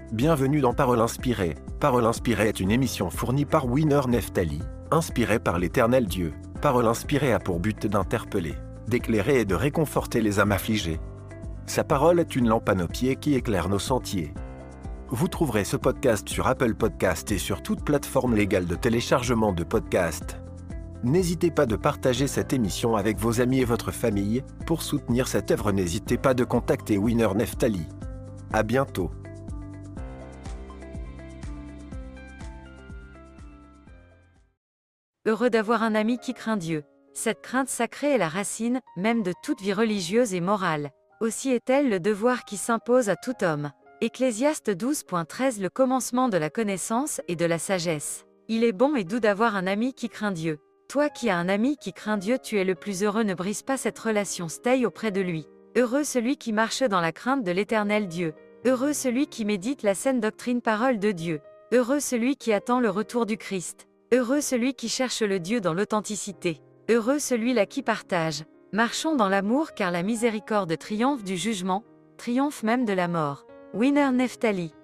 Bienvenue dans Parole inspirée. Parole inspirée est une émission fournie par Winner Neftali, inspirée par l'Éternel Dieu. Parole inspirée a pour but d'interpeller, d'éclairer et de réconforter les âmes affligées. Sa parole est une lampe à nos pieds qui éclaire nos sentiers. Vous trouverez ce podcast sur Apple Podcasts et sur toute plateforme légale de téléchargement de podcasts. N'hésitez pas de partager cette émission avec vos amis et votre famille. Pour soutenir cette œuvre, n'hésitez pas de contacter Winner Neftali. À bientôt. Heureux d'avoir un ami qui craint Dieu. Cette crainte sacrée est la racine, même de toute vie religieuse et morale. Aussi est-elle le devoir qui s'impose à tout homme. Ecclésiaste 12.13 Le commencement de la connaissance et de la sagesse. Il est bon et doux d'avoir un ami qui craint Dieu. Toi qui as un ami qui craint Dieu, tu es le plus heureux, ne brise pas cette relation, stay auprès de lui. Heureux celui qui marche dans la crainte de l'Éternel Dieu. Heureux celui qui médite la saine doctrine, parole de Dieu. Heureux celui qui attend le retour du Christ. Heureux celui qui cherche le Dieu dans l'authenticité. Heureux celui-là qui partage. Marchons dans l'amour car la miséricorde triomphe du jugement, triomphe même de la mort. Winner Neftali.